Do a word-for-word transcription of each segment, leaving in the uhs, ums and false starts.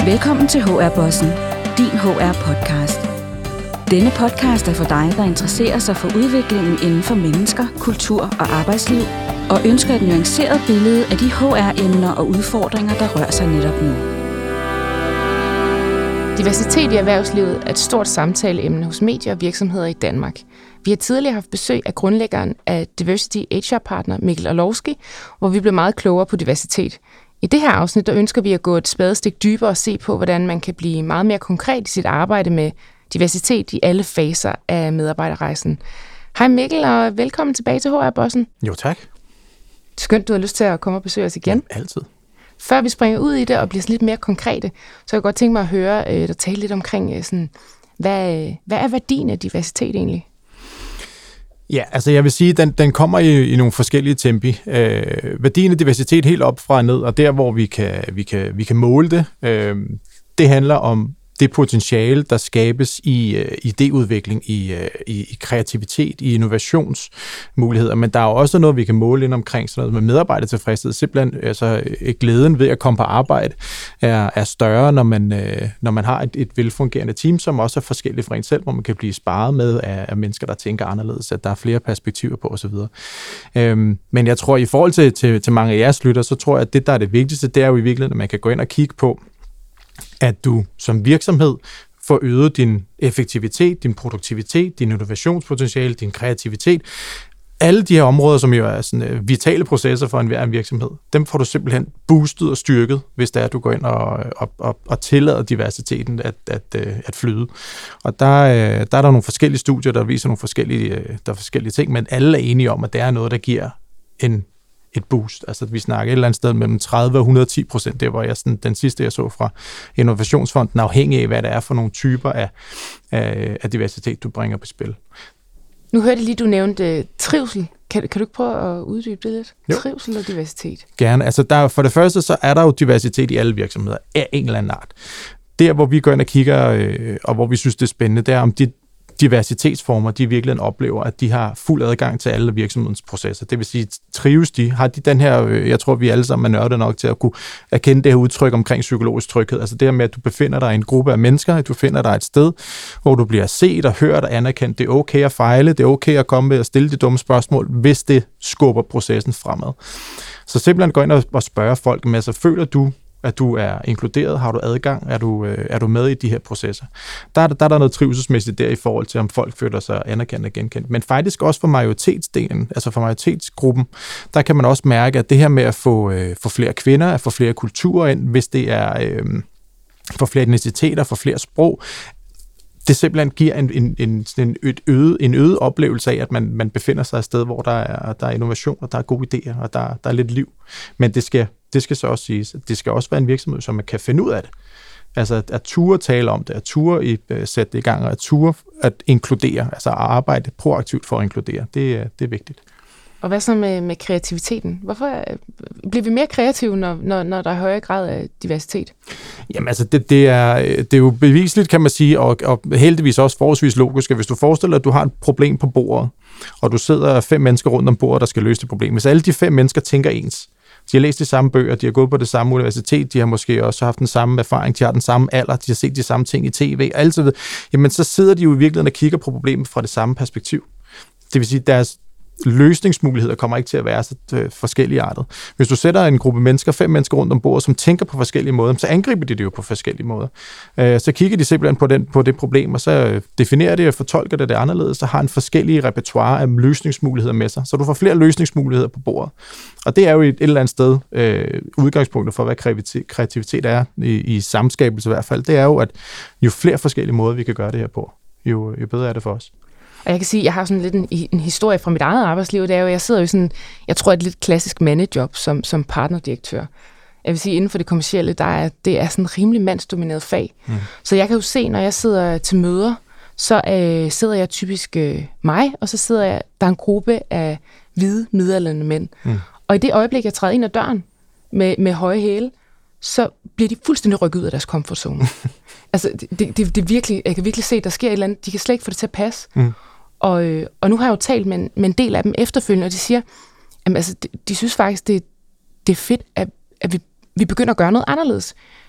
Velkommen til H R-Bossen, din H R-podcast. Denne podcast er for dig, der interesserer sig for udviklingen inden for mennesker, kultur og arbejdsliv, og ønsker et nuanceret billede af de H R-emner og udfordringer, der rører sig netop nu. Diversitet i erhvervslivet er et stort samtaleemne hos medier og virksomheder i Danmark. Vi har tidligere haft besøg af grundlæggeren af Diversity H R-partner Mikkel Orlowski, hvor vi blev meget klogere på diversitet. I det her afsnit der ønsker vi at gå et spadestik dybere og se på, hvordan man kan blive meget mere konkret i sit arbejde med diversitet i alle faser af medarbejderrejsen. Hej Mikkel, og velkommen tilbage til H R-Bossen. Jo, tak. Skønt, du har lyst til at komme og besøge os igen. Ja, altid. Før vi springer ud i det og bliver sådan lidt mere konkrete, så kan jeg godt tænke mig at høre dig øh, tale lidt omkring, øh, sådan, hvad, hvad er værdien af diversitet egentlig? Ja, altså jeg vil sige, at den, den kommer i, i nogle forskellige tempi. Øh, værdien af diversitet helt op fra og ned, og der, hvor vi kan, vi kan, vi kan måle det, øh, det handler om det potentiale, der skabes i uh, idéudvikling, i, uh, i, i kreativitet, i innovationsmuligheder. Men der er jo også noget, vi kan måle ind omkring sådan noget med medarbejdertilfredshed. Simpelthen altså, glæden ved at komme på arbejde er, er større, når man, uh, når man har et, et velfungerende team, som også er forskelligt fra en selv, hvor man kan blive sparet med af, af mennesker, der tænker anderledes, at der er flere perspektiver på osv. Øhm, men jeg tror, i forhold til, til, til mange af jeres lytter, så tror jeg, at det, der er det vigtigste, det er jo i virkeligheden, at man kan gå ind og kigge på, at du som virksomhed får øget din effektivitet, din produktivitet, din innovationspotentiale, din kreativitet. Alle de her områder, som jo er sådan, uh, vitale processer for enhver virksomhed, dem får du simpelthen boostet og styrket, hvis det er, at du går ind og, og, og, og tillader diversiteten at, at, uh, at flyde. Og der, uh, der er der nogle forskellige studier, der viser nogle forskellige, uh, der er forskellige ting, men alle er enige om, at det er noget, der giver en et boost. Altså, vi snakker et eller andet sted mellem tredive og hundrede og ti procent. Det var jeg sådan, den sidste, jeg så fra Innovationsfonden, afhængig af, hvad det er for nogle typer af, af, af diversitet, du bringer på spil. Nu hørte jeg lige, du nævnte uh, trivsel. Kan, kan du ikke prøve at uddybe det lidt? Jo. Trivsel og diversitet. Gerne. Altså, der, for det første, så er der jo diversitet i alle virksomheder af en eller anden art. Der, hvor vi går ind og kigger, øh, og hvor vi synes, det er spændende, det er, om de diversitetsformer, de virkelig oplever, at de har fuld adgang til alle virksomhedens processer. Det vil sige, trives de? Har de den her, jeg tror, vi alle sammen er nørdet nok til at kunne erkende det her udtryk omkring psykologisk tryghed. Altså det her med, at du befinder dig i en gruppe af mennesker, at du befinder dig et sted, hvor du bliver set og hørt og anerkendt. Det er okay at fejle, det er okay at komme med og stille de dumme spørgsmål, hvis det skubber processen fremad. Så simpelthen gå ind og spørge folk med, så føler du, at du er inkluderet, har du adgang, er du, øh, er du med i de her processer. Der er, der er der noget trivselsmæssigt der i forhold til, om folk føler sig anerkendt og genkendt. Men faktisk også for majoritetsdelen, altså for majoritetsgruppen, der kan man også mærke, at det her med at få, øh, få flere kvinder, at få flere kulturer ind, hvis det er øh, for flere etniciteter, for flere sprog, det simpelthen giver en, en, en, en, øget, en øget oplevelse af, at man, man befinder sig et sted, hvor der er, der er innovation, og der er gode idéer, og der, der er lidt liv. Men det skal, det skal så også siges, at det skal også være en virksomhed, som man kan finde ud af det. Altså at, at ture tale om det, at ture i, uh, sætte det i gang, og at ture at inkludere, altså at arbejde proaktivt for at inkludere, det, det er vigtigt. Og hvad så med, med kreativiteten? Hvorfor bliver vi mere kreative, når, når, når der er højere grad af diversitet? Jamen altså, det, det, er, det er jo bevisligt, kan man sige, og, og heldigvis også forholdsvis logisk, at hvis du forestiller dig, at du har et problem på bordet, og du sidder fem mennesker rundt om bordet, der skal løse det problem. Hvis alle de fem mennesker tænker ens, de har læst de samme bøger, de har gået på det samme universitet, de har måske også haft den samme erfaring, de har den samme alder, de har set de samme ting i tv, altid, jamen så sidder de jo i virkeligheden og kigger på problemet fra det samme perspektiv. Det vil sige, at deres løsningsmuligheder kommer ikke til at være så forskellige artet. Hvis du sætter en gruppe mennesker, fem mennesker rundt om bordet, som tænker på forskellige måder, så angriber de det jo på forskellige måder. Så kigger de simpelthen på, den, på det problem, og så definerer det og fortolker det det anderledes, så har en forskellige repertoire af løsningsmuligheder med sig. Så du får flere løsningsmuligheder på bordet. Og det er jo et, et eller andet sted øh, udgangspunktet for, hvad kreativitet, kreativitet er, i, i samskabelse i hvert fald. Det er jo, at jo flere forskellige måder, vi kan gøre det her på, jo, jo bedre er det for os. Og jeg kan sige, at jeg har sådan lidt en, en historie fra mit eget arbejdsliv. Det er jo, jeg sidder jo sådan, jeg tror, et lidt klassisk mandejob som, som partnerdirektør. Jeg vil sige, inden for det kommercielle, der er, det er sådan en rimelig mandsdomineret fag. Mm. Så jeg kan jo se, når jeg sidder til møder, så øh, sidder jeg typisk øh, mig, og så sidder jeg, der er en gruppe af hvide, midaldrende mænd. Mm. Og i det øjeblik, jeg træder ind ad døren med, med høje hæle, så bliver de fuldstændig rykket ud af deres komfortzone. Altså, det, det, det virkelig, jeg kan virkelig se, at der sker et eller andet, de kan slet ikke få det til at passe. Mm. Og, øh, og nu har jeg jo talt med en, med en del af dem efterfølgende, og de siger, jamen, altså, de, de synes faktisk, det, det er fedt, at, at vi, vi begynder at gøre noget anderledes.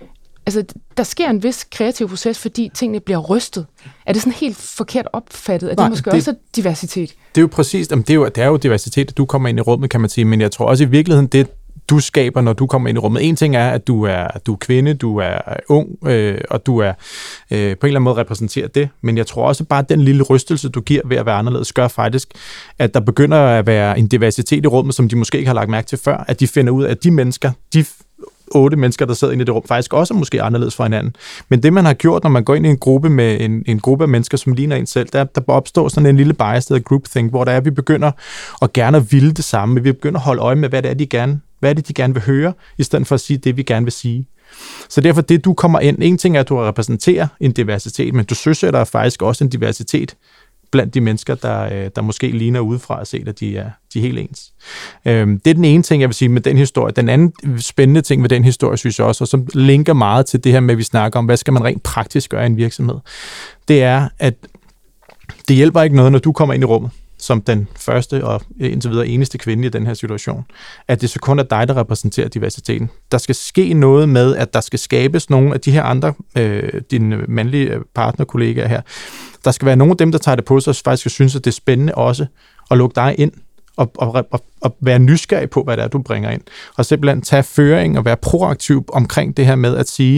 altså, der sker en vis kreativ proces, fordi tingene bliver rystet. Er det sådan helt forkert opfattet? Er det Nej, måske det, også diversitet? Det er jo præcis, det er jo, det er jo diversitet, at du kommer ind i rummet, kan man sige, men jeg tror også i virkeligheden, det du skaber, når du kommer ind i rummet. En ting er, at du er, du er kvinde, du er ung, øh, og du er øh, på en eller anden måde repræsenterer det, men jeg tror også bare, at den lille rystelse, du giver ved at være anderledes, gør faktisk, at der begynder at være en diversitet i rummet, som de måske ikke har lagt mærke til før, at de finder ud af, at de mennesker, de otte mennesker, der sidder inde i det rum, faktisk også er måske anderledes fra hinanden. Men det, man har gjort, når man går ind i en gruppe med en, en gruppe af mennesker, som ligner en selv, der, der opstår sådan en lille bias, der groupthink, hvor der er, at vi begynder at gerne at ville det samme. Vi begynder at holde øje med, hvad det er, de gerne, hvad er det, de gerne vil høre, i stedet for at sige det, vi gerne vil sige. Så derfor, det du kommer ind, en ting er, at du repræsenterer en diversitet, men du søsætter faktisk også en diversitet blandt de mennesker, der, der måske ligner udefra at se, at de er, de er helt ens. Øhm, det er den ene ting, jeg vil sige med den historie. Den anden spændende ting med den historie, synes jeg også, og som linker meget til det her med, at vi snakker om, hvad skal man rent praktisk gøre i en virksomhed, det er, at det hjælper ikke noget, når du kommer ind i rummet, som den første og indtil videre eneste kvinde i den her situation, at det så kun er dig, der repræsenterer diversiteten. Der skal ske noget med, at der skal skabes nogle af de her andre, øh, dine mandlige partnerkollegaer her. Der skal være nogle af dem, der tager det på sig, og faktisk synes, at det er spændende også at lukke dig ind og, og, og, og være nysgerrig på, hvad det er, du bringer ind. Og simpelthen tage føring og være proaktiv omkring det her med at sige,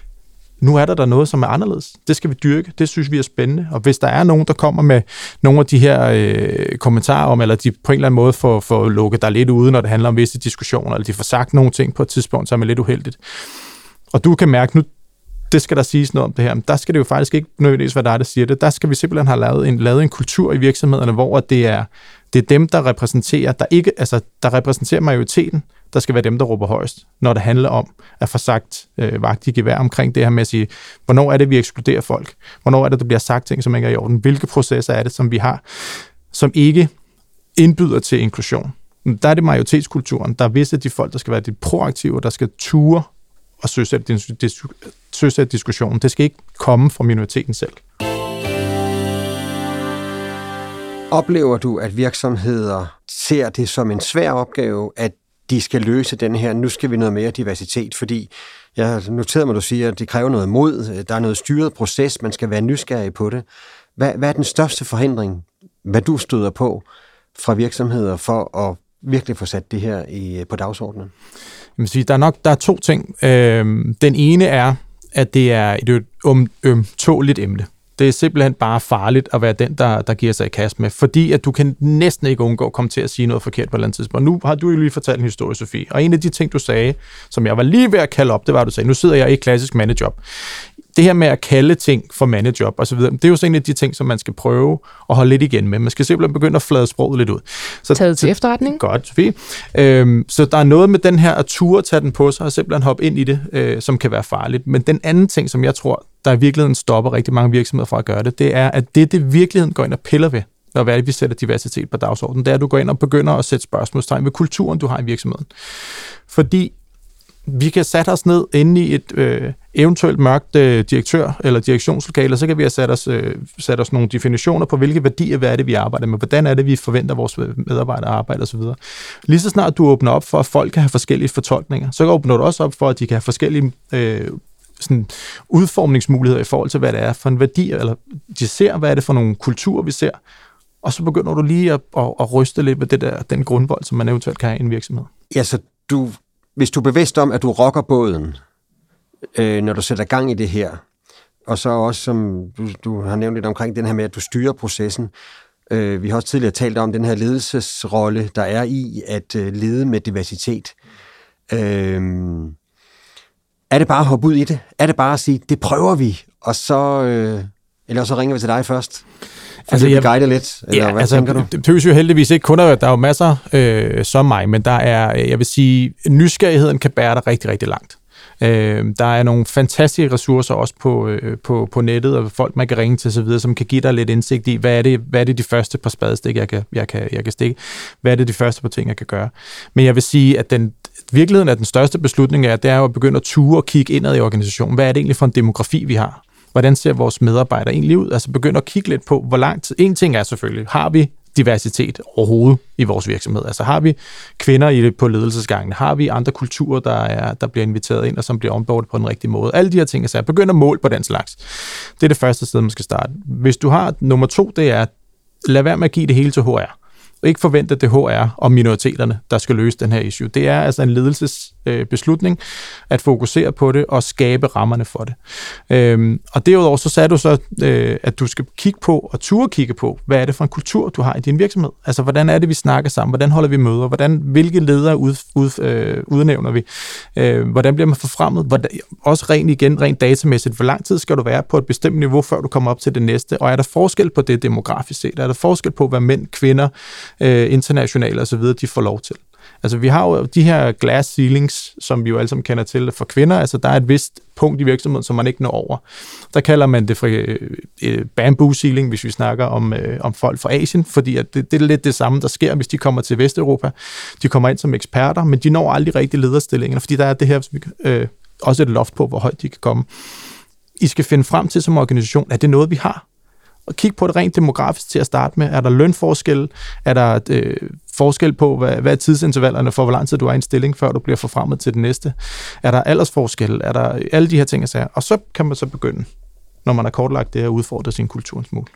nu er der der noget, som er anderledes. Det skal vi dyrke. Det synes vi er spændende. Og hvis der er nogen, der kommer med nogle af de her øh, kommentarer om, eller de på en eller anden måde får, får lukket dig lidt ude, når det handler om visse diskussioner, eller de får sagt nogle ting på et tidspunkt, som er lidt uheldigt. Og du kan mærke, nu det skal der siges noget om det her. Men der skal det jo faktisk ikke nødvendigvis være dig, der siger det. Der skal vi simpelthen have lavet en, lavet en kultur i virksomhederne, hvor det er, det er dem, der repræsenterer, der ikke, altså, der repræsenterer majoriteten, der skal være dem, der råber højst, når det handler om at få sagt øh, vagt i gevær omkring det her med at sige, hvornår er det, vi ekskluderer folk? Hvornår er det, der bliver sagt ting, som ikke er i orden? Hvilke processer er det, som vi har, som ikke indbyder til inklusion? Der er det majoritetskulturen. Der er visse af de folk, der skal være de proaktive, der skal ture og søsætte, søsætte diskussionen. Det skal ikke komme fra minoriteten selv. Oplever du, at virksomheder ser det som en svær opgave, at de skal løse den her, nu skal vi noget mere diversitet, fordi jeg har noteret mig, at du siger, at det kræver noget mod, der er noget styret proces, man skal være nysgerrig på det. Hvad, hvad er den største forhindring, hvad du støder på fra virksomheder for at virkelig få sat det her i, på dagsordenen? Jeg vil sige, der er nok der er to ting. Øhm, den ene er, at det er et øm, ømtåligt emne. Det er simpelthen bare farligt at være den, der, der giver sig i kast med, fordi at du kan næsten ikke undgå at komme til at sige noget forkert på et eller andet tidspunkt. Nu har du jo lige fortalt en historie, Sofie, og en af de ting, du sagde, som jeg var lige ved at kalde op, det var, at du sagde, nu sidder jeg i et klassisk mandejob. Det her med at kalde ting for mandejob og så videre, det er jo så en af de ting, som man skal prøve at holde lidt igen med. Man skal simpelthen begynde at flade sproget lidt ud. Så, Taget til efterretning. Godt, Sofie. Øhm, så der er noget med den her at ture tage den på sig og simpelthen hoppe ind i det, øh, som kan være farligt. Men den anden ting, som jeg tror, der i virkeligheden stopper rigtig mange virksomheder fra at gøre det, det er, at det, det i virkeligheden går ind og piller ved, når hvad er det, vi sætter diversitet på dagsordenen, det er, at du går ind og begynder at sætte spørgsmålstegn ved kulturen, du har i virksomheden. Fordi vi kan sætte os ned inde i et øh, eventuelt mørkt øh, direktør- eller direktionslokale, og så kan vi have sat os, øh, sat os nogle definitioner på, hvilke værdier, hvad er det, vi arbejder med, hvordan er det, vi forventer vores medarbejdere arbejder osv. Lige så snart du åbner op for, at folk kan have forskellige fortolkninger, så åbner du også op for, at de kan have forskellige øh, sådan, udformningsmuligheder i forhold til, hvad det er for en værdi, eller de ser, hvad er det for nogle kulturer, vi ser, og så begynder du lige at, at, at ryste lidt med det der, den grundvold, som man eventuelt kan have i en virksomhed. Ja, så du... Hvis du er bevidst om, at du rocker båden, øh, når du sætter gang i det her, og så også, som du, du har nævnt lidt omkring den her med, at du styrer processen. Øh, vi har også tidligere talt om den her ledelsesrolle, der er i at øh, lede med diversitet. Øh, er det bare at hoppe ud i det? Er det bare at sige, det prøver vi, og så, øh, eller så ringer vi til dig først? Altså, jeg guider lidt, eller ja, hvad altså, tænker du? Det behøver jo heldigvis ikke kun at der er jo masser øh, som mig, men der er, jeg vil sige, nysgerrigheden kan bære dig rigtig, rigtig langt. Øh, der er nogle fantastiske ressourcer også på, øh, på, på nettet, og folk, man kan ringe til osv., som kan give dig lidt indsigt i, hvad er det, hvad er det de første par spadestik, jeg kan, jeg, kan, jeg kan stikke? Hvad er det de første par ting, jeg kan gøre? Men jeg vil sige, at den virkeligheden af den største beslutning er, det er jo at begynde at ture og kigge indad i organisationen. Hvad er det egentlig for en demografi, vi har? Hvordan ser vores medarbejdere egentlig ud? Altså begynde at kigge lidt på, hvor lang tid... En ting er selvfølgelig, har vi diversitet overhovedet i vores virksomhed. Altså har vi kvinder i det på ledelsesgangen, har vi andre kulturer, der, er, der bliver inviteret ind, og som bliver onboardet på den rigtige måde. Alle de her ting, så jeg begynder at måle på den slags. Det er det første sted, man skal starte. Hvis du har nummer to, det er, lad være med at give det hele til H R. Og ikke forvente, at det er H R og minoriteterne, der skal løse den her issue. Det er altså en ledelsesbeslutning at fokusere på det og skabe rammerne for det. Øhm, og derudover så sagde du så, øh, at du skal kigge på og turde kigge på, hvad er det for en kultur, du har i din virksomhed? Altså, hvordan er det, vi snakker sammen? Hvordan holder vi møder? Hvordan, hvilke ledere ud, ud, øh, udnævner vi? Øh, hvordan bliver man forfremmet? Hvordan, også rent igen, rent datamæssigt, hvor lang tid skal du være på et bestemt niveau, før du kommer op til det næste? Og er der forskel på det demografisk set? Er der forskel på, hvad mænd, kvinder, øh, internationale og så videre, de får lov til? Altså, vi har jo de her glass ceilings, som vi jo alle sammen kender til for kvinder. Altså, der er et vist punkt i virksomheden, som man ikke når over. Der kalder man det for øh, bamboo ceiling, hvis vi snakker om, øh, om folk fra Asien, fordi at det, det er lidt det samme, der sker, hvis de kommer til Vesteuropa. De kommer ind som eksperter, men de når aldrig rigtig lederstillingerne, fordi der er det her øh, også et loft på, hvor højt de kan komme. I skal finde frem til som organisation, at det er noget, vi har. Og kig på det rent demografisk til at starte med. Er der lønforskel? Er der øh, forskel på, hvad, hvad er tidsintervallerne for, hvor lang tid du er i en stilling, før du bliver forfremmet til det næste? Er der aldersforskel? Er der alle de her ting, jeg siger? Og så kan man så begynde, når man har kortlagt det, at udfordre sin kultur en smule.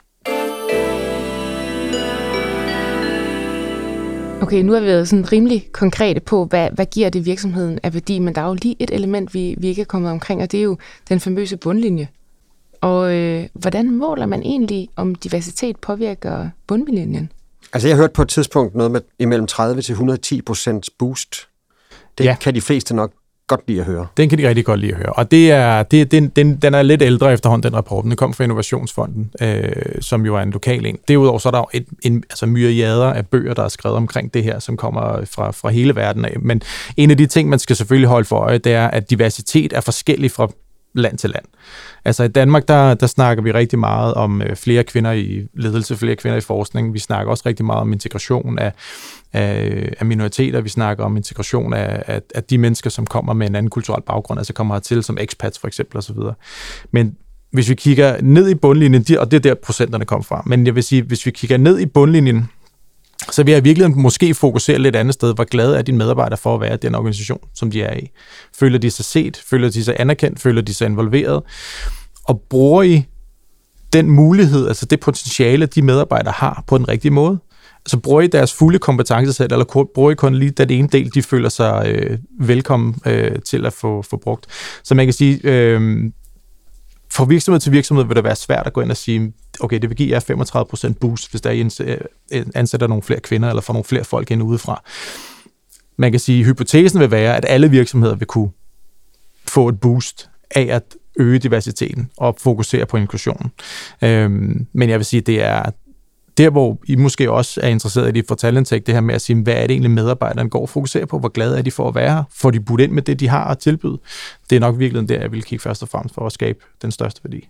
Okay, nu har vi været sådan rimelig konkrete på, hvad, hvad giver det virksomheden af værdi, men der er jo lige et element, vi, vi ikke er kommet omkring, og det er jo den famøse bundlinje. Og øh, hvordan måler man egentlig, om diversitet påvirker bundlinjen? Altså, jeg hørte på et tidspunkt noget med imellem tredive til et hundrede og ti procent boost. Det ja. kan de fleste nok godt lide at høre. Den kan de rigtig godt lide at høre. Og det er, det, den, den, den er lidt ældre efterhånden, den rapport. Den kom fra Innovationsfonden, øh, som jo er en lokal en. Derudover så er der jo et, en altså myriader af bøger, der er skrevet omkring det her, som kommer fra, fra hele verden af. Men en af de ting, man skal selvfølgelig holde for øje, det er, at diversitet er forskellig fra land til land. Altså i Danmark, der, der snakker vi rigtig meget om øh, flere kvinder i ledelse, flere kvinder i forskning. Vi snakker også rigtig meget om integration af, af, af minoriteter. Vi snakker om integration af, af, af de mennesker, som kommer med en anden kulturel baggrund, altså kommer hertil som expats for eksempel osv. Men hvis vi kigger ned i bundlinjen, og det er der procenterne kommer fra, men jeg vil sige, hvis vi kigger ned i bundlinjen, så vil jeg virkelig måske fokusere lidt andet sted. Hvor glade er dine medarbejdere for at være i den organisation, som de er i? Føler de sig set? Føler de sig anerkendt? Føler de sig involveret? Og bruger I den mulighed, altså det potentiale, de medarbejdere har på den rigtige måde? Altså bruger I deres fulde kompetencesæt, eller bruger I kun lige den ene del, de føler sig øh, velkommen øh, til at få, få brugt? Så man kan sige, øh, for virksomhed til virksomhed vil det være svært at gå ind og sige, okay, det vil give jer femogtredive procent boost, hvis der I ansætter nogle flere kvinder, eller får nogle flere folk ind udefra. Man kan sige, at hypotesen vil være, at alle virksomheder vil kunne få et boost af at øge diversiteten og fokusere på inklusionen. Øhm, men jeg vil sige, at det er der, hvor I måske også er interesseret i for Talentech, det her med at sige, hvad er det egentlig medarbejderne går og fokuserer på, hvor glade er de for at være her, får de budt ind med det, de har at tilbyde. Det er nok virkelig der, jeg vil kigge først og fremmest for at skabe den største værdi.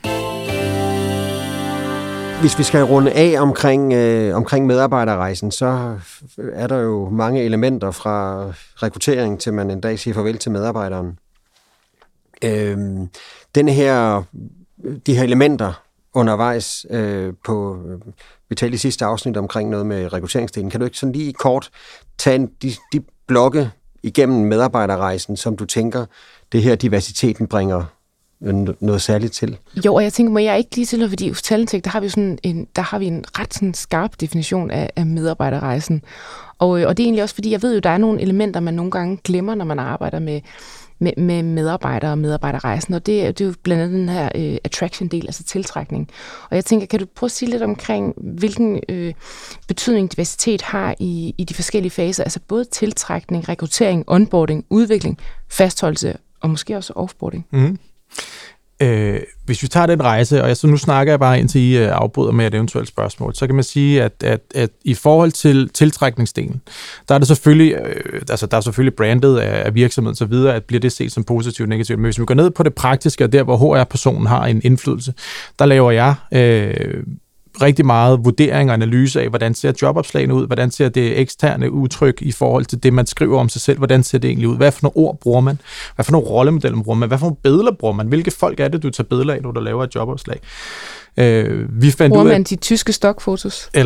Hvis vi skal runde af omkring, øh, omkring medarbejderrejsen, så er der jo mange elementer fra rekruttering til man en dag siger farvel til medarbejderen. Øh, den her, de her elementer undervejs øh, på, vi talte i sidste afsnit omkring noget med rekrutteringsdelen. Kan du ikke sådan lige kort tage en, de, de blokke igennem medarbejderrejsen, som du tænker, det her diversiteten bringer noget særligt til? Jo, og jeg tænker, må jeg ikke lige til, fordi hos Talentech, der har vi sådan en, der har vi en ret sådan skarp definition af, af medarbejderrejsen. Og, og det er egentlig også, fordi jeg ved jo, der er nogle elementer, man nogle gange glemmer, når man arbejder med med, med medarbejdere og medarbejderrejsen, og det, det er jo blandt andet den her øh, attraction-del, altså tiltrækning. Og jeg tænker, kan du prøve at sige lidt omkring, hvilken øh, betydning diversitet har i, i de forskellige faser, altså både tiltrækning, rekruttering, onboarding, udvikling, fastholdelse og måske også offboarding? Mm. Øh, hvis vi tager den rejse, og jeg, så nu snakker jeg bare indtil I øh, afbryder med et eventuelt spørgsmål, så kan man sige, at, at, at i forhold til tiltrækningsdelen, der er det selvfølgelig, øh, altså der er selvfølgelig brandet af, af virksomheden så videre, at bliver det set som positivt og negativt. Men hvis vi går ned på det praktiske, og der hvor H R-personen har en indflydelse, der laver jeg øh, rigtig meget vurdering og analyse af, hvordan ser jobopslagene ud, hvordan ser det eksterne udtryk i forhold til det, man skriver om sig selv, hvordan ser det egentlig ud, hvad for nogle ord bruger man, hvad for nogle rollemodeller bruger man, hvad for nogle billeder bruger man, hvilke folk er det, du tager billeder af, når du laver et jobopslag. Øh, vi fandt bruger ud af, man de tyske stokfotos? Eller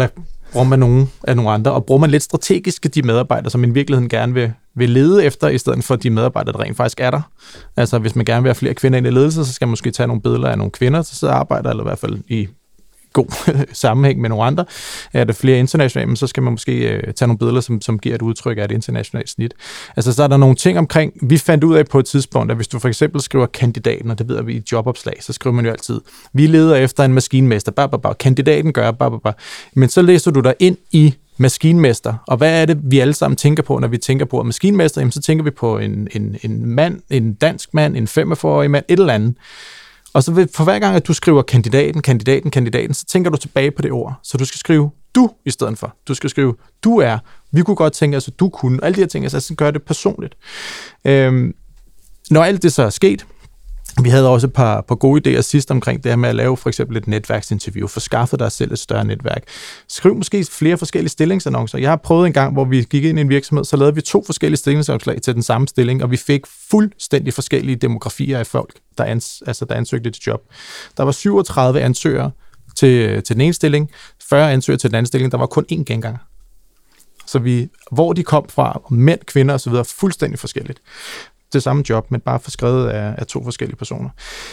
bruger man nogle af nogle andre, og bruger man lidt strategisk de medarbejdere, som i virkeligheden gerne vil, vil lede efter, i stedet for de medarbejdere, der rent faktisk er der. Altså, hvis man gerne vil have flere kvinder ind i ledelse, så skal man måske tage nogle billeder af nogle kvinder, der sidder og arbejder, eller i hvert fald i god sammenhæng med nogle andre. Er der flere internationale, så skal man måske øh, tage nogle billeder, som, som giver et udtryk af et internationalt snit. Altså, så er der nogle ting omkring, vi fandt ud af på et tidspunkt, at hvis du for eksempel skriver kandidaten, og det ved vi i et jobopslag, så skriver man jo altid, vi leder efter en maskinmester, bare, bare, bare. Kandidaten gør, bare, bare, bare. Men så læser du dig ind i maskinmester, og hvad er det, vi alle sammen tænker på, når vi tænker på maskinmester? Jamen, så tænker vi på en, en, en mand, en dansk mand, en femogfyrre-årig mand, et eller andet. Og så for hver gang, at du skriver kandidaten, kandidaten, kandidaten, så tænker du tilbage på det ord. Så du skal skrive du i stedet for. Du skal skrive du er. Vi kunne godt tænke os, at du kunne. Alle de her ting, altså så gør det personligt. Øhm, når alt det så er sket, vi havde også et par, par gode idéer sidst omkring det her med at lave for eksempel et netværksinterview, få skaffet dig selv et større netværk. Skriv måske flere forskellige stillingsannoncer. Jeg har prøvet en gang, hvor vi gik ind i en virksomhed, så lavede vi to forskellige stillingsopslag til den samme stilling, og vi fik fuldstændig forskellige demografier af folk, der, ans, altså, der ansøgte til job. Der var syvogtredive ansøgere til, til den ene stilling, fyrre ansøgere til den anden stilling, der var kun én genganger. Så vi, hvor de kom fra, mænd, kvinder osv., fuldstændig forskelligt. Det samme job, men bare forskrevet af, af to forskellige personer.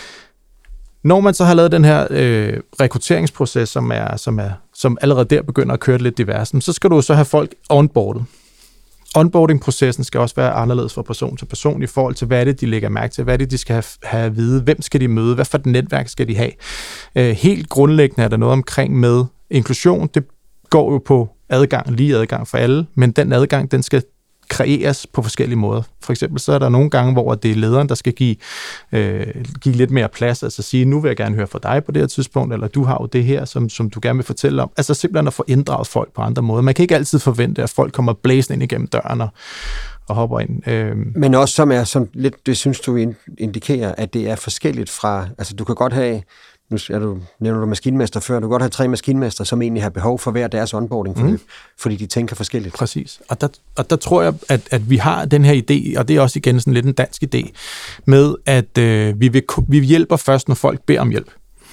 Når man så har lavet den her øh, rekrutteringsproces, som, er, som, er, som allerede der begynder at køre lidt divers, så skal du så have folk onboardet. Onboarding-processen skal også være anderledes fra person til person i forhold til, hvad er det, de lægger mærke til, hvad er det, de skal have, have at vide, hvem skal de møde, hvad for et netværk skal de have. Øh, helt grundlæggende er der noget omkring med inklusion. Det går jo på adgang, lige adgang for alle, men den adgang, den skal kreeres på forskellige måder. For eksempel så er der nogle gange, hvor det er lederen, der skal give, øh, give lidt mere plads, altså sige, nu vil jeg gerne høre fra dig på det her tidspunkt, eller du har jo det her, som, som du gerne vil fortælle om. Altså simpelthen at få inddraget folk på andre måder. Man kan ikke altid forvente, at folk kommer blæsende ind igennem døren og, og hopper ind. Øh. Men også som er som lidt, det synes du indikerer, at det er forskelligt fra, altså du kan godt have, nu er du, nævner du maskinmester før, du kan godt have tre maskinmester, som egentlig har behov for hver deres onboarding, mm. fordi de tænker forskelligt. Præcis. Og der, og der tror jeg, at, at vi har den her idé, og det er også igen sådan lidt en dansk idé, med at øh, vi, vil, vi hjælper først, når folk beder om hjælp.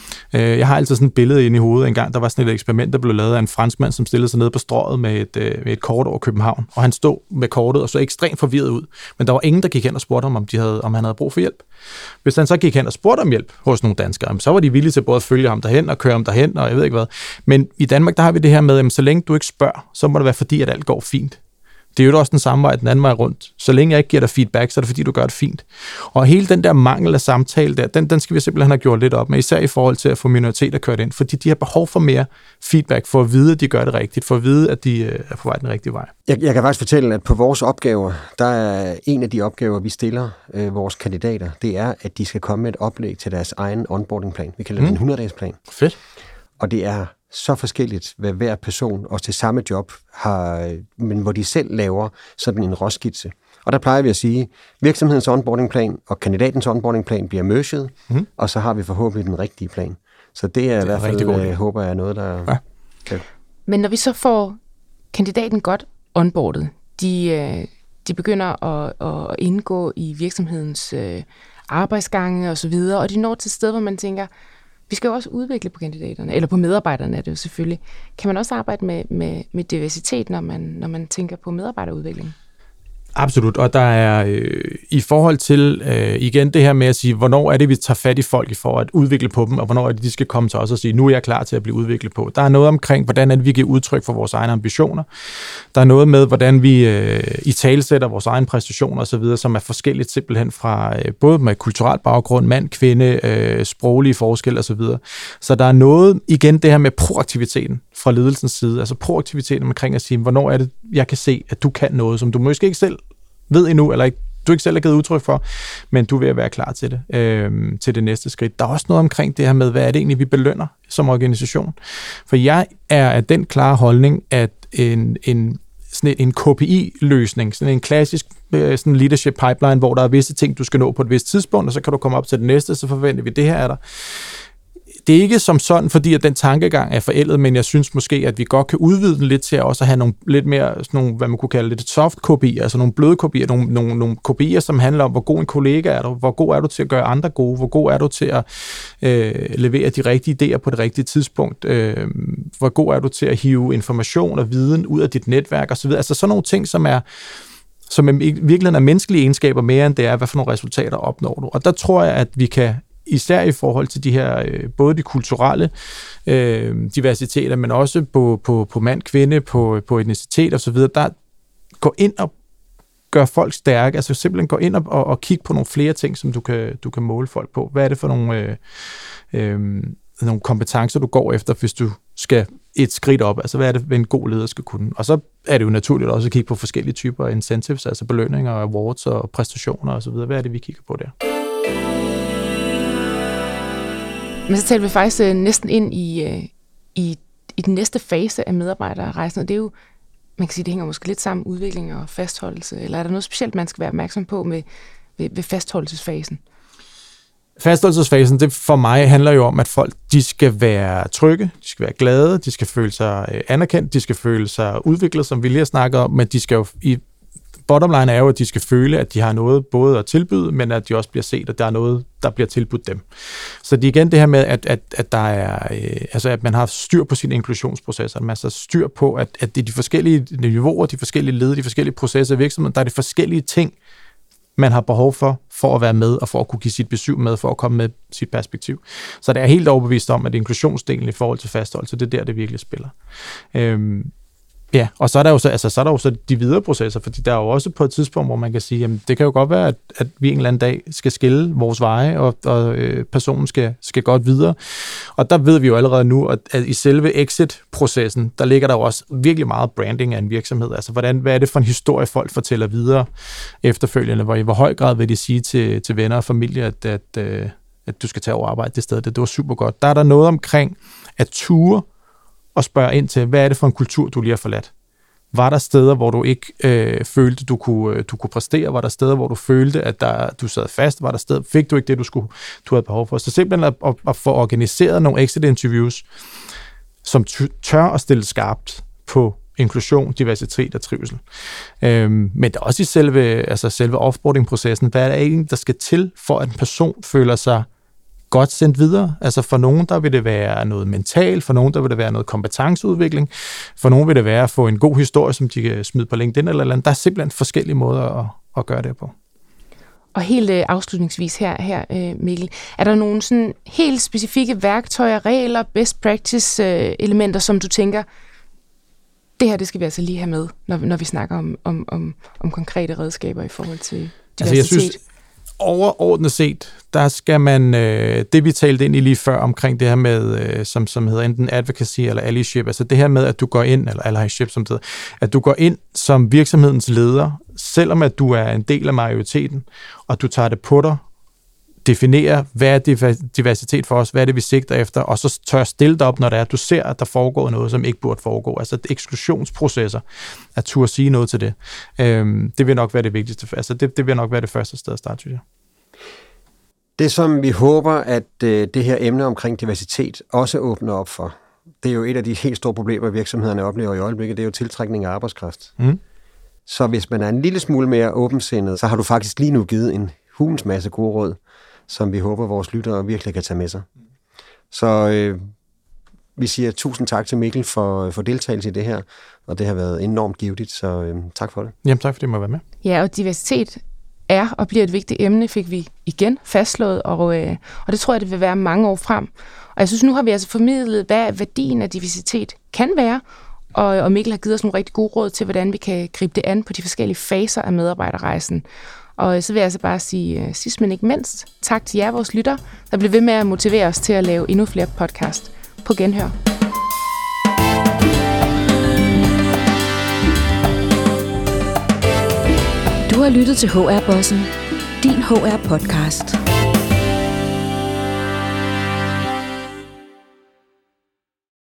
Jeg har altid sådan et billede inde i hovedet. En gang, der var sådan et eksperiment, der blev lavet af en franskmand, som stillede sig ned på strøget med et, med et kort over København, og han stod med kortet og så ekstremt forvirret ud. Men der var ingen, der gik hen og spurgte ham, om, de havde, om han havde brug for hjælp. Hvis han så gik hen og spurgte om hjælp hos nogle danskere, så var de villige til både at følge ham derhen og køre ham derhen, og jeg ved ikke hvad. Men i Danmark, der har vi det her med, at så længe du ikke spørger, så må det være fordi, at alt går fint. Det er jo også den samme vej, den anden vej rundt. Så længe jeg ikke giver dig feedback, så er det fordi, du gør det fint. Og hele den der mangel af samtale der, den, den skal vi simpelthen have gjort lidt op med, især i forhold til at få minoriteter kørt ind, fordi de har behov for mere feedback, for at vide, at de gør det rigtigt, for at vide, at de er på vej den rigtige vej. Jeg, jeg kan faktisk fortælle, at på vores opgaver, der er en af de opgaver, vi stiller øh, vores kandidater, det er, at de skal komme med et oplæg til deres egen onboardingplan. Vi kalder det mm. en hundrede-dages plan. Fedt. Og det er så forskelligt, hvad hver person, også til samme job, har, men hvor de selv laver sådan en råskitse. Og der plejer vi at sige, virksomhedens onboardingplan og kandidatens onboardingplan bliver merged, mm. og så har vi forhåbentlig den rigtige plan. Så det er, det er i hvert fald, jeg håber jeg, er noget, der ja. kan. Men når vi så får kandidaten godt onboardet, de, de begynder at, at indgå i virksomhedens arbejdsgange og så videre, og de når til et sted, hvor man tænker, vi skal jo også udvikle på kandidaterne, eller på medarbejderne er det jo selvfølgelig. Kan man også arbejde med, med, med diversitet, når man, når man tænker på medarbejderudvikling? Absolut, og der er øh, i forhold til, øh, igen det her med at sige, hvornår er det, vi tager fat i folk for at udvikle på dem, og hvornår er det, de skal komme til os og sige, nu er jeg klar til at blive udviklet på. Der er noget omkring, hvordan er det, vi giver udtryk for vores egne ambitioner. Der er noget med, hvordan vi øh, i talesætter vores egne præstationer osv., som er forskelligt simpelthen fra øh, både med kulturel baggrund, mand, kvinde, øh, sproglige forskelle osv. Så, så der er noget, igen det her med proaktiviteten fra ledelsens side, altså proaktiviteten omkring at sige, hvornår er det, jeg kan se, at du kan noget, som du måske ikke selv ved endnu, eller ikke, du ikke selv har givet udtryk for, men du er ved at være klar til det, øh, til det næste skridt. Der er også noget omkring det her med, hvad er det egentlig, vi belønner som organisation. For jeg er af den klare holdning, at en, en, sådan en K P I-løsning, sådan en klassisk sådan leadership pipeline, hvor der er visse ting, du skal nå på et vist tidspunkt, og så kan du komme op til det næste, så forventer vi, det her er der. det er ikke som sådan, fordi at den tankegang er forældet, men jeg synes måske, at vi godt kan udvide den lidt til at også have nogle lidt mere, sådan nogle, hvad man kunne kalde lidt soft-kopier, altså nogle bløde kopier, nogle, nogle, nogle kopier, som handler om, hvor god en kollega er du, hvor god er du til at gøre andre gode, hvor god er du til at øh, levere de rigtige idéer på det rigtige tidspunkt, øh, hvor god er du til at hive information og viden ud af dit netværk osv. Altså sådan nogle ting, som er som i virkeligheden er menneskelige egenskaber mere, end det er, hvad for nogle resultater opnår du. Og der tror jeg, at vi kan, især i forhold til de her, både de kulturelle øh, diversiteter, men også på, på, på mand, kvinde, på, på etnicitet osv., der går ind og gør folk stærke, altså simpelthen går ind og, og, og kigge på nogle flere ting, som du kan, du kan måle folk på. Hvad er det for nogle, øh, øh, nogle kompetencer, du går efter, hvis du skal et skridt op? Altså, hvad er det, en god leder skal kunne? Og så er det jo naturligt også at kigge på forskellige typer af incentives, altså belønninger, awards og præstationer osv. Hvad er det, vi kigger på der? Men så taler vi faktisk øh, næsten ind i, øh, i, i den næste fase af medarbejderrejsen, og det er jo, man kan sige, det hænger måske lidt sammen, udvikling og fastholdelse, eller er der noget specielt, man skal være opmærksom på med, ved, ved fastholdelsesfasen? Fastholdelsesfasen, det for mig handler jo om, at folk, de skal være trygge, de skal være glade, de skal føle sig anerkendt, de skal føle sig udviklet, som vi lige har snakket om, men de skal jo i bottom line er jo, at de skal føle, at de har noget både at tilbyde, men at de også bliver set, at der er noget, der bliver tilbudt dem. Så det er igen det her med, at, at, at, der er, øh, altså at man har styr på sine inklusionsprocesser, man har styr på, at, at det er de forskellige niveauer, de forskellige led, de forskellige processer i virksomheden, der er de forskellige ting, man har behov for, for at være med, og for at kunne give sit besøg med, for at komme med sit perspektiv. Så det er helt overbevist om, at inklusionsdelen i forhold til fastholdelse, det er der, det virkelig spiller. Øhm, Ja, og så er der jo så, altså, så er der jo så de videre processer, fordi der er jo også på et tidspunkt, hvor man kan sige, jamen det kan jo godt være, at, at vi en eller anden dag skal skille vores veje, og, og øh, personen skal, skal godt videre. Og der ved vi jo allerede nu, at, at i selve exit-processen, der ligger der jo også virkelig meget branding af en virksomhed. Altså, hvordan, hvad er det for en historie, folk fortæller videre efterfølgende? Hvor i hvor høj grad vil de sige til, til venner og familie, at, at, øh, at du skal tage over arbejde det sted, det, det var super godt. Der er der noget omkring at ture og spørge ind til, hvad er det for en kultur, du lige har forladt? Var der steder, hvor du ikke øh, følte, du kunne, du kunne præstere? Var der steder, hvor du følte, at der, du sad fast? Var der steder, fik du ikke det, du, skulle, du havde behov for? Så simpelthen at, at, at få organiseret nogle exit-interviews, som tør at stille skarpt på inklusion, diversitet og trivsel. Øhm, men der også i selve, altså selve offboarding-processen, hvad er der egentlig, der skal til, for at en person føler sig godt sendt videre. Altså for nogen, der vil det være noget mentalt, for nogen, der vil det være noget kompetenceudvikling, for nogen vil det være at få en god historie, som de kan smide på LinkedIn eller eller andet. Der er simpelthen forskellige måder at, at gøre det på. Og helt øh, afslutningsvis her, her øh, Mikkel, er der nogle sådan helt specifikke værktøjer, regler, best practice øh, elementer, som du tænker, det her, det skal vi altså lige have med, når, når vi snakker om, om, om, om konkrete redskaber i forhold til diversitet? Altså jeg synes, overordnet set, der skal man, øh, det vi talte ind i lige før omkring det her med, øh, som, som hedder enten advocacy eller allyship, altså det her med, at du går ind, eller allyship som det hedder, at du går ind som virksomhedens leder, selvom at du er en del af majoriteten, og du tager det på dig, definerer, hvad er diversitet for os, hvad er det, vi sigter efter, og så tør stille dig op, når det er, at du ser, at der foregår noget, som ikke burde foregå. Altså eksklusionsprocesser, at turde sige noget til det. Øhm, det vil nok være det vigtigste. Altså det, det vil nok være det første sted at starte, synes jeg. Det, som vi håber, at øh, det her emne omkring diversitet også åbner op for, det er jo et af de helt store problemer, virksomhederne oplever i øjeblikket, det er jo tiltrækning af arbejdskraft. Mm. Så hvis man er en lille smule mere åbensindet, så har du faktisk lige nu givet en hulens masse gode råd, som vi håber, vores lyttere virkelig kan tage med sig. Så øh, vi siger tusind tak til Mikkel for, for deltagelse i det her, og det har været enormt givetigt, så øh, tak for det. Jamen tak, fordi jeg må være med. Ja, og diversitet er og bliver et vigtigt emne, fik vi igen fastslået, og, øh, og det tror jeg, det vil være mange år frem. Og jeg synes, nu har vi altså formidlet, hvad værdien af diversitet kan være, og, og Mikkel har givet os nogle rigtig gode råd til, hvordan vi kan gribe det an på de forskellige faser af medarbejderrejsen. Og så vil jeg altså bare sige, uh, sidst men ikke mindst, tak til jer, vores lytter, der bliver ved med at motivere os til at lave endnu flere podcast. På genhør. Du har lyttet til H R-bossen, din H R-podcast.